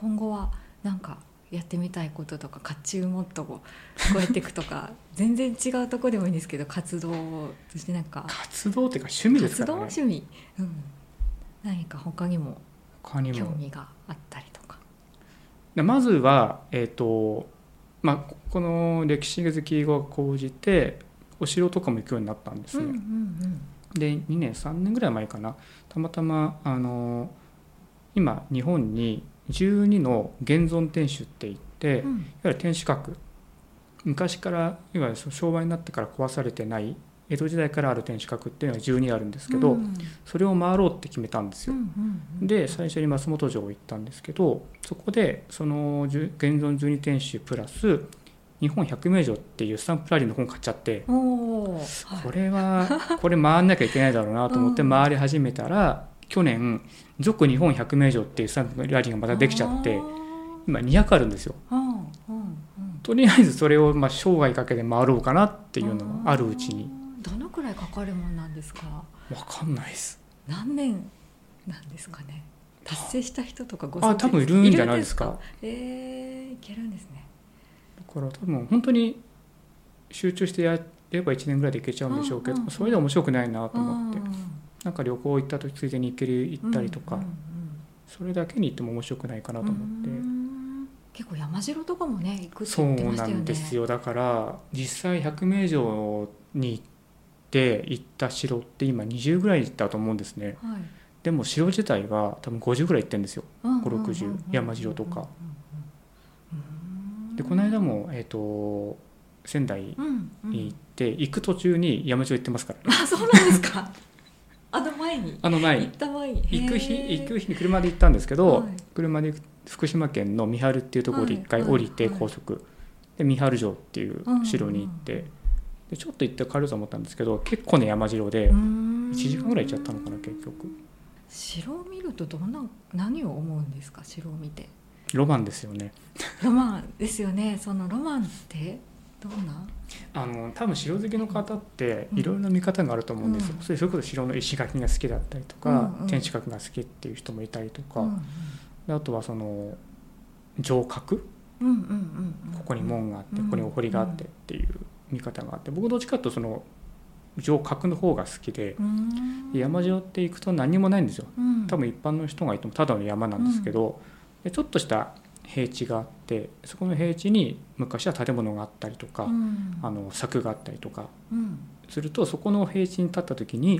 今後はなんかやってみたいこととか、甲冑もっとこうやっていくとか全然違うとこでもいいんですけど、活動としてなんか活動っていうか趣味ですからね。 活動趣味、何か他にも他にも興味があったりとか。 まずは、この歴史好きが高じてお城とかも行くようになったんですね、で2年3年ぐらい前かな、たまたま今日本に12の現存天守っていって、いわゆる天守閣、昔からいわゆる昭和になってから壊されてない江戸時代からある天守閣っていうのが12あるんですけど、それを回ろうって決めたんですよ、で最初に松本城行ったんですけど、そこでその現存12天守プラス日本百名城っていうスタンプラリーの本買っちゃって、これ回んなきゃいけないだろうなと思って回り始めたら、去年続日本百名城っていうスタンプラリーがまたできちゃって、今200あるんですよ。とりあえずそれを生涯かけて回ろうかなっていうのがあるうちに。 どのくらいかかるもんなんですか？ 分かんないです。 何年なんですかね。達成した人とかご存知ですか？ 多分いるんじゃないですか。 いけるんですね。 だから多分本当に集中してやれば1年ぐらいでいけちゃうんでしょうけど、それで面白くないなと思って、なんか旅行行った時ついでに行ったりとか、それだけに行っても面白くないかなと思って。 結構山城とかもね行くって言ってましたよね。 そうなんですよ。だから実際百名城に行った城って今20ぐらい行ったと思うんですね、でも城自体は多分50ぐらい行ってるんですよ、560山城とかで、この間も、仙台に行って、行く途中に山城行ってますからね。 そうなんですか。行った前に行く日に車で行ったんですけど、車で福島県の三春っていうところで一回降りて、高速で三春城っていう城に行って、でちょっと行って帰ろうと思ったんですけど、結構ね山城で1時間ぐらい行っちゃったのかな結局。 城を見ると何を思うんですか？城を見て。 ロマンですよね。 ロマンですよね。そのロマンってどんな？ 多分城好きの方っていろいろな見方があると思うんですよ、それこそ城の石垣が好きだったりとか、天守閣が好きっていう人もいたりとか、であとはその城郭、ここに門があってここにお堀があってっていう見方があって、僕どっちかというとその城郭の方が好きで、山城って行くと何もないんですよ、多分一般の人がいてもただの山なんですけど、でちょっとした平地があって、そこの平地に昔は建物があったりとか、柵があったりとかすると、そこの平地に立った時に、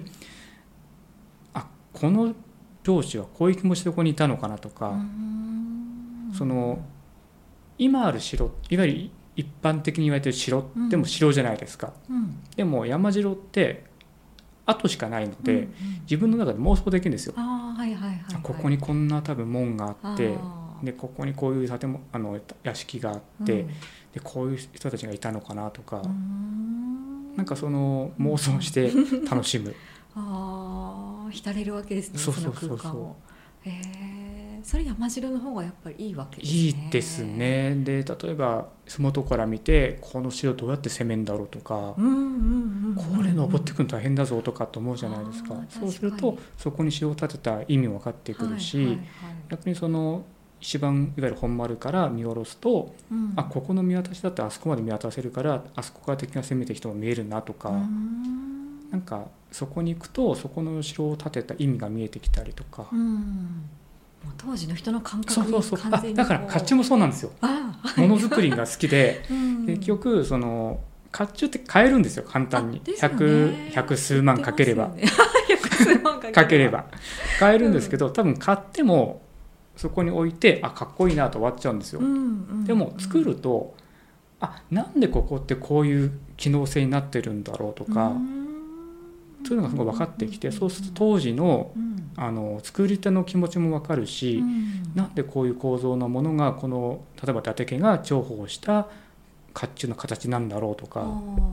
この城主はこういう気持ちでここにいたのかなとか、その今ある城、いわゆる一般的に言われている城でも城じゃないですか、でも山城って跡しかないので、自分の中で妄想できるんですよ。ここにこんな多分門があって、でここにこういう建物屋敷があって、でこういう人たちがいたのかなとか、なんかその妄想して楽しむ浸れるわけですね。その空間を。それ山城の方がやっぱりいいわけですね。 いいですね。で例えば麓から見てこの城どうやって攻めんだろうとか、これ登ってくるの大変だぞとかと思うじゃないですか。そうするとそこに城を建てた意味も分かってくるし、逆にその一番いわゆる本丸から見下ろすと、ここの見渡しだってあそこまで見渡せるから、あそこから敵が攻めてきても見えるなとか、なんかそこに行くとそこの城を建てた意味が見えてきたりとか、 当時の人の感覚に完全にだから甲冑もそうなんですよ。ものづくりが好きで、結局その甲冑って買えるんですよ、簡単に。百数万かければ買えるんですけど、多分買ってもそこに置いてかっこいいなと終わっちゃうんですよ。でも作るとなんでここってこういう機能性になってるんだろうとか、そういうのがすごい分かってきて、そうすると当時の作り手の気持ちも分かるし、なんでこういう構造のものがこの例えば伊達家が重宝した甲冑の形なんだろうとか、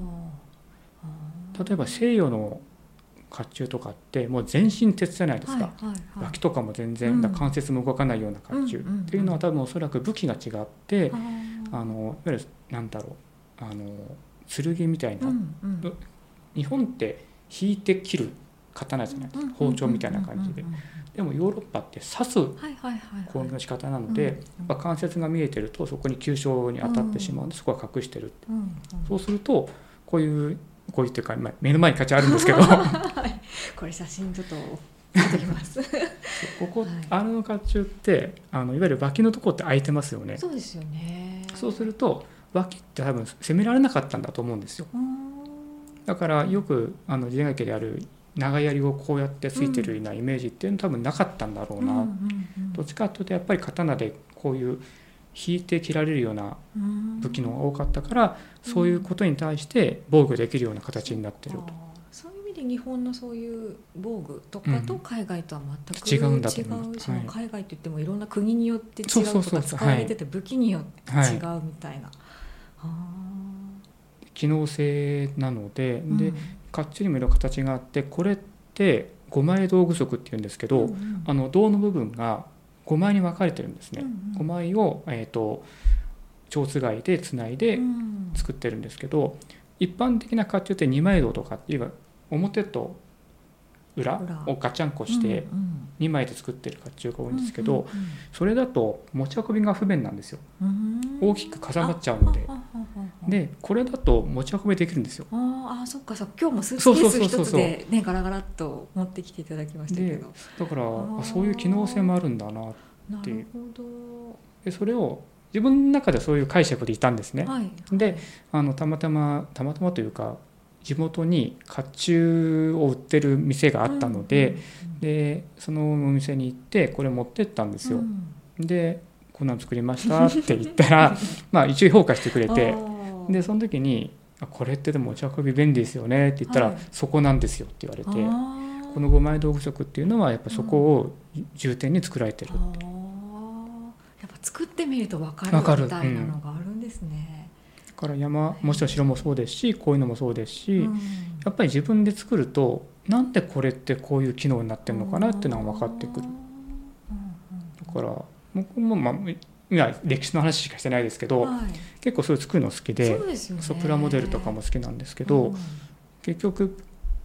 例えば西洋の甲冑とかってもう全身鉄じゃないですか、脇とかも全然関節も動かないような甲冑っていうのは多分おそらく武器が違って、いわゆるなんだろう剣みたいな、日本って引いて切る刀じゃないですか、包丁みたいな感じで。でもヨーロッパって刺す攻撃の仕方なので、やっぱ関節が見えてるとそこに急所に当たってしまうので、そこは隠してるって、そうするとこういうっていうか、目の前に価値あるんですけどこれ写真ちょっと撮ってきますここ、あの甲冑っていわゆる脇のところって開いてますよね。 そうですよね。 そうすると脇って多分攻められなかったんだと思うんですよ。だからよく時代劇である長槍をこうやってついてるようなイメージっていうのは多分なかったんだろうな、どっちかというとやっぱり刀でこういう引いて切られるような武器の方が多かったから、そういうことに対して防御できるような形になってると。 そういう意味で日本のそういう防具とかと海外とは全く違うんだと思います。 海外といってもいろんな国によって違うとか使われてて武器によって違うみたいな、 機能性なので、甲冑にもいろいろ形があって、これって5枚道具足っていうんですけど、胴の部分が5枚に分かれてるんですね。5枚を蝶つがいでつないで作ってるんですけど、一般的な甲冑って2枚胴とかっていう表と裏をガチャンコして2枚で作ってる甲冑が多いんですけど、それだと持ち運びが不便なんですよ。大きく重なっちゃうので。でこれだと持ち運びできるんですよ。 そっかそっか。今日もスーツケース一つでねガラガラっと持ってきていただきましたけど、 だからそういう機能性もあるんだなっていう。でそれを自分の中でそういう解釈でいたんですね。でたまたまというか地元に甲冑を売ってる店があったので、でそのお店に行ってこれ持ってったんですよ。でこんなの作りましたって言ったら一応評価してくれて、でその時にこれってでも持ち運び便利ですよねって言ったら、そこなんですよって言われて、この5枚道具足っていうのはやっぱそこを重点に作られてるって、 やっぱ作ってみると分かるみたいなのがあるんですね。 だから山もちろん城もそうですし、こういうのもそうですし、やっぱり自分で作るとなんでこれってこういう機能になってるのかなっていうのが分かってくる。だから僕も今歴史の話しかしてないですけど、結構そういう作るの好きで、プラモデルとかも好きなんですけど、結局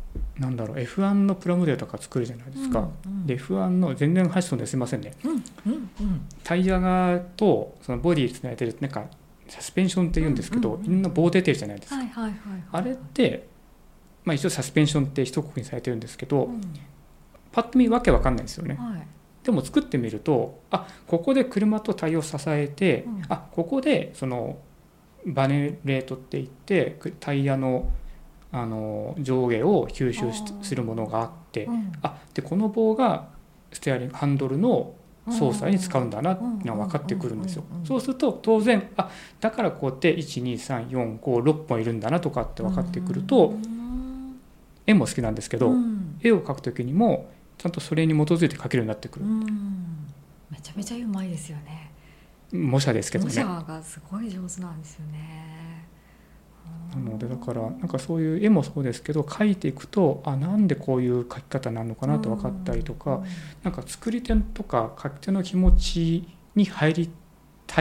F1 のプラモデルとか作るじゃないですか。で F1 の全然話すのですいませんね、タイヤがとそのボディつないでるなんかサスペンションって言うんですけど、みんな棒出てるじゃないですか。あれって一応サスペンションって一括りにされてるんですけど、パッと見わけわかんないですよね。でも作ってみると、ここで車とタイヤを支えて、ここでそのバネレートっていってタイヤの上下を吸収するものがあって、でこの棒がステアリングハンドルの操作に使うんだなっていうのが分かってくるんですよ。そうすると当然だからこうやって12345本いるんだなとかって分かってくると、絵も好きなんですけど、絵を描く時にもちゃんとそれに基づいて描けるようになってくる。 めちゃめちゃうまいですよね。 模写ですけどね。 模写がすごい上手なんですよね。 なのでだからなんかそういう絵もそうですけど、描いていくとなんでこういう描き方なのかなと分かったりとか、なんか作り手とか描き手の気持ちに入りたい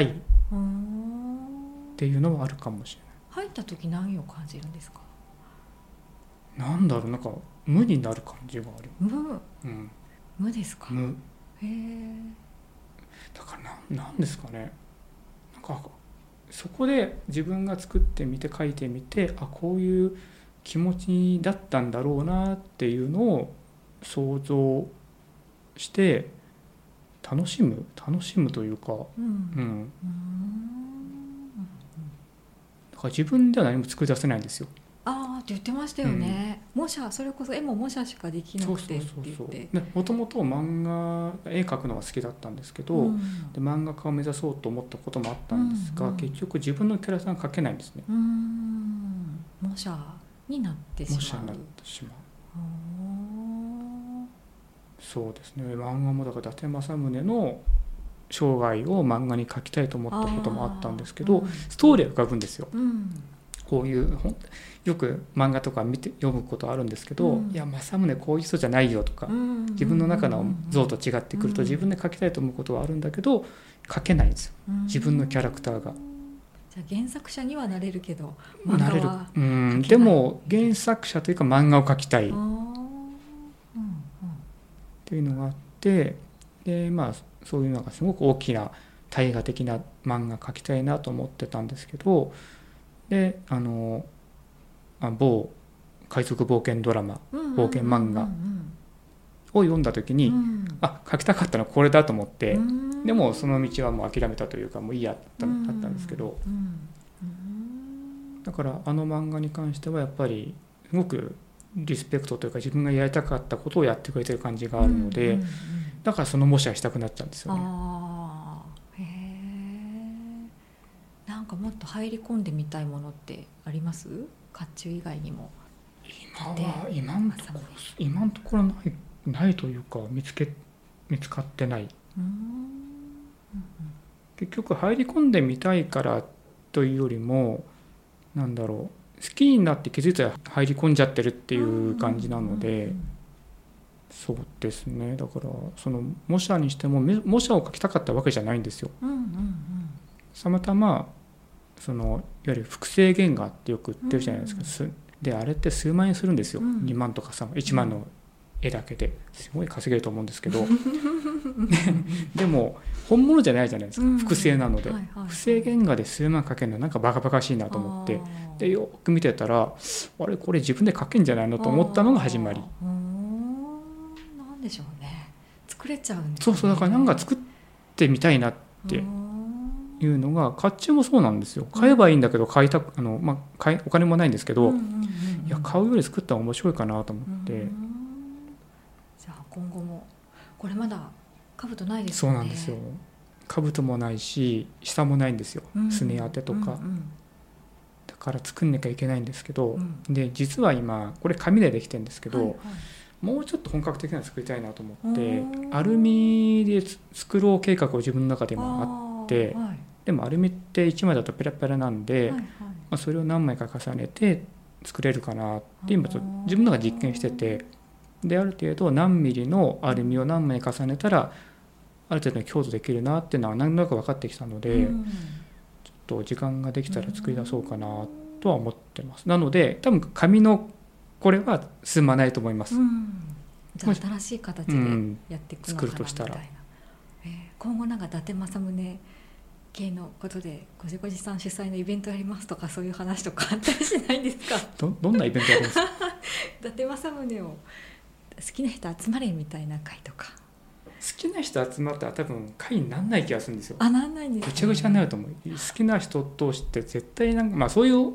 っていうのはあるかもしれない。入った時何を感じるんですか？ なんか無になる感じがある。 無ですか？ 無。だからなんですかね。なんかそこで自分が作ってみて描いてみて、こういう気持ちだったんだろうなっていうのを想像して楽しむというか、だから自分では何も作り出せないんですよ。 って言ってましたよね。模写、それこそ絵も模写しかできなくてって言って。 もともと漫画絵描くのが好きだったんですけど、で漫画家を目指そうと思ったこともあったんですが、結局自分のキャラクターが描けないんですね。 模写になってしまう。 模写になってしまう。そうですね。漫画もだから伊達政宗の生涯を漫画に描きたいと思ったこともあったんですけど、ストーリーが浮かぶんですよ。こういうよく漫画とか見て読むことあるんですけど、いや政宗こういう人じゃないよとか、自分の中の像と違ってくると自分で描きたいと思うことはあるんだけど描けないんですよ、自分のキャラクターが。 じゃあ原作者にはなれるけど漫画はでも原作者というか漫画を描きたいっっていうのがあって、でそういうのがすごく大きな大河的な漫画描きたいなと思ってたんですけど、で某海賊冒険ドラマ、冒険漫画を読んだ時に、描きたかったのはこれだと思って、でもその道はもう諦めたというか、もういいやったんですけど、だから漫画に関してはやっぱりすごくリスペクトというか、自分がやりたかったことをやってくれてる感じがあるので、だからその模写したくなっちゃうんですよね。 へえ。なんかもっと入り込んでみたいものってあります？甲冑以外にも。 今のところないというか、見つかってない。結局入り込んでみたいからというよりも、好きになって気づいたら入り込んじゃってるっていう感じなので、そうですね。だからその模写にしても模写を描きたかったわけじゃないんですよ。たまたまいわゆる複製原画ってよく売ってるじゃないですか。であれって数万円するんですよ。2万とか1万の絵だけですごい稼げると思うんですけどでも本物じゃないじゃないですか、複製なので、複製原画で数万描けるのはなんかバカバカしいなと思って、でよく見てたら、あれこれ自分で描けんじゃないのと思ったのが始まり。 なんでしょうね、作れちゃうんですね。 そうだからなんか作ってみたいなっていうのが、甲冑もそうなんですよ。買えばいいんだけどお金もないんですけど、いや買うより作ったら面白いかなと思って。 じゃあ今後もこれまだ兜ないですよね。そうなんですよ。兜もないし下もないんですよ、すね当てとか、だから作んなきゃいけないんですけど、で実は今これ紙でできてるんですけど、もうちょっと本格的なの作りたいなと思って、アルミで作ろう計画を自分の中でもあって、でもアルミって1枚だとペラペラなんで、それを何枚か重ねて作れるかなって今自分の中で実験してて、である程度何ミリのアルミを何枚重ねたらある程度の強度できるなっていうのは何となく分かってきたので、ちょっと時間ができたら作り出そうかなとは思ってます。なので多分紙のこれは進まないと思います。 じゃあ新しい形でやっていくのかなみたいな。作るとしたら、今後なんか伊達政宗系のことでごじごじさん主催のイベントやりますとか、そういう話とかあったりしないですか？ どんなイベントやるんですか？ 伊達政宗を好きな人集まれみたいな会とか。 好きな人集まったら多分会にならない気がするんですよ。 なんないんですね。 ぐちゃぐちゃになると思う。好きな人として絶対そういう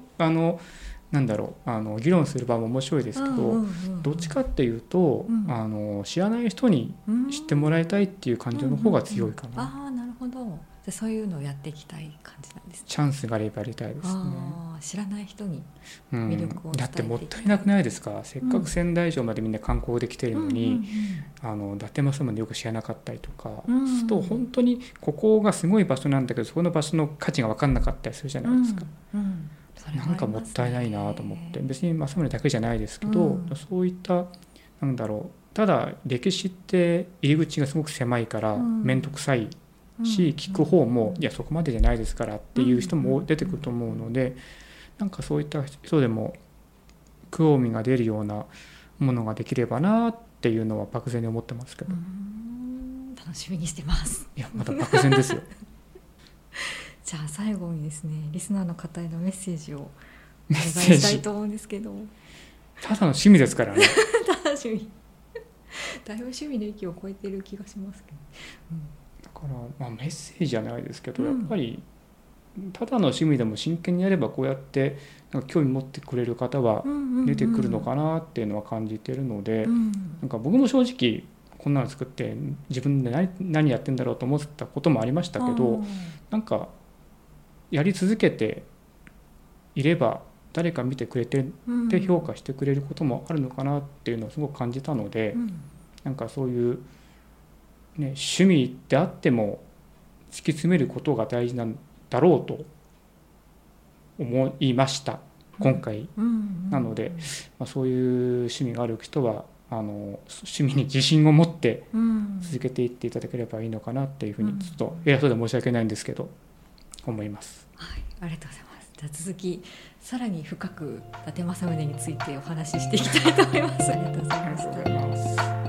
議論する場も面白いですけど、どっちかっていうと、知らない人に知ってもらいたいっていう感情の方が強いかな。 なるほど。じゃそういうのをやっていきたい感じなんですね。 チャンスがあればやりたいですね。 知らない人に魅力を伝えていきたい。だってもったいなくないですか？せっかく仙台城までみんな観光できてるのに、伊達政宗よく知らなかったりとかすると、本当にここがすごい場所なんだけど、そこの場所の価値が分かんなかったりするじゃないですか。なんかもったいないなと思って、別に政宗だけじゃないですけど、そういったただ歴史って入り口がすごく狭いから面倒くさいし、聞く方もいやそこまでじゃないですからっていう人も出てくると思うので、なんかそういった人でも興味が出るようなものができればなっていうのは漠然に思ってますけど。 楽しみにしてます。 いやまだ漠然ですよ。 じゃあ最後にですね、リスナーの方へのメッセージをお願いしたいと思うんですけど。 ただの趣味ですからね。 ただ趣味。だいぶ趣味の域を超えてる気がしますけど。 だからメッセージじゃないですけど、やっぱりただの趣味でも真剣にやればこうやって興味持ってくれる方は出てくるのかなっていうのは感じてるので、なんか僕も正直こんなの作って自分で何やってんだろうと思ったこともありましたけど、なんかやり続けていれば誰か見てくれてで評価してくれることもあるのかなっていうのをすごく感じたので、なんかそういう、趣味であっても突き詰めることが大事なんだろうと思いました今回。なので、そういう趣味がある人は趣味に自信を持って続けていっていただければいいのかなっていうふうに、ちょっと偉そうで申し訳ないんですけど思います。 はい、ありがとうございます。じゃあ続きさらに深く伊達政宗についてお話ししていきたいと思います。ありがとうございました。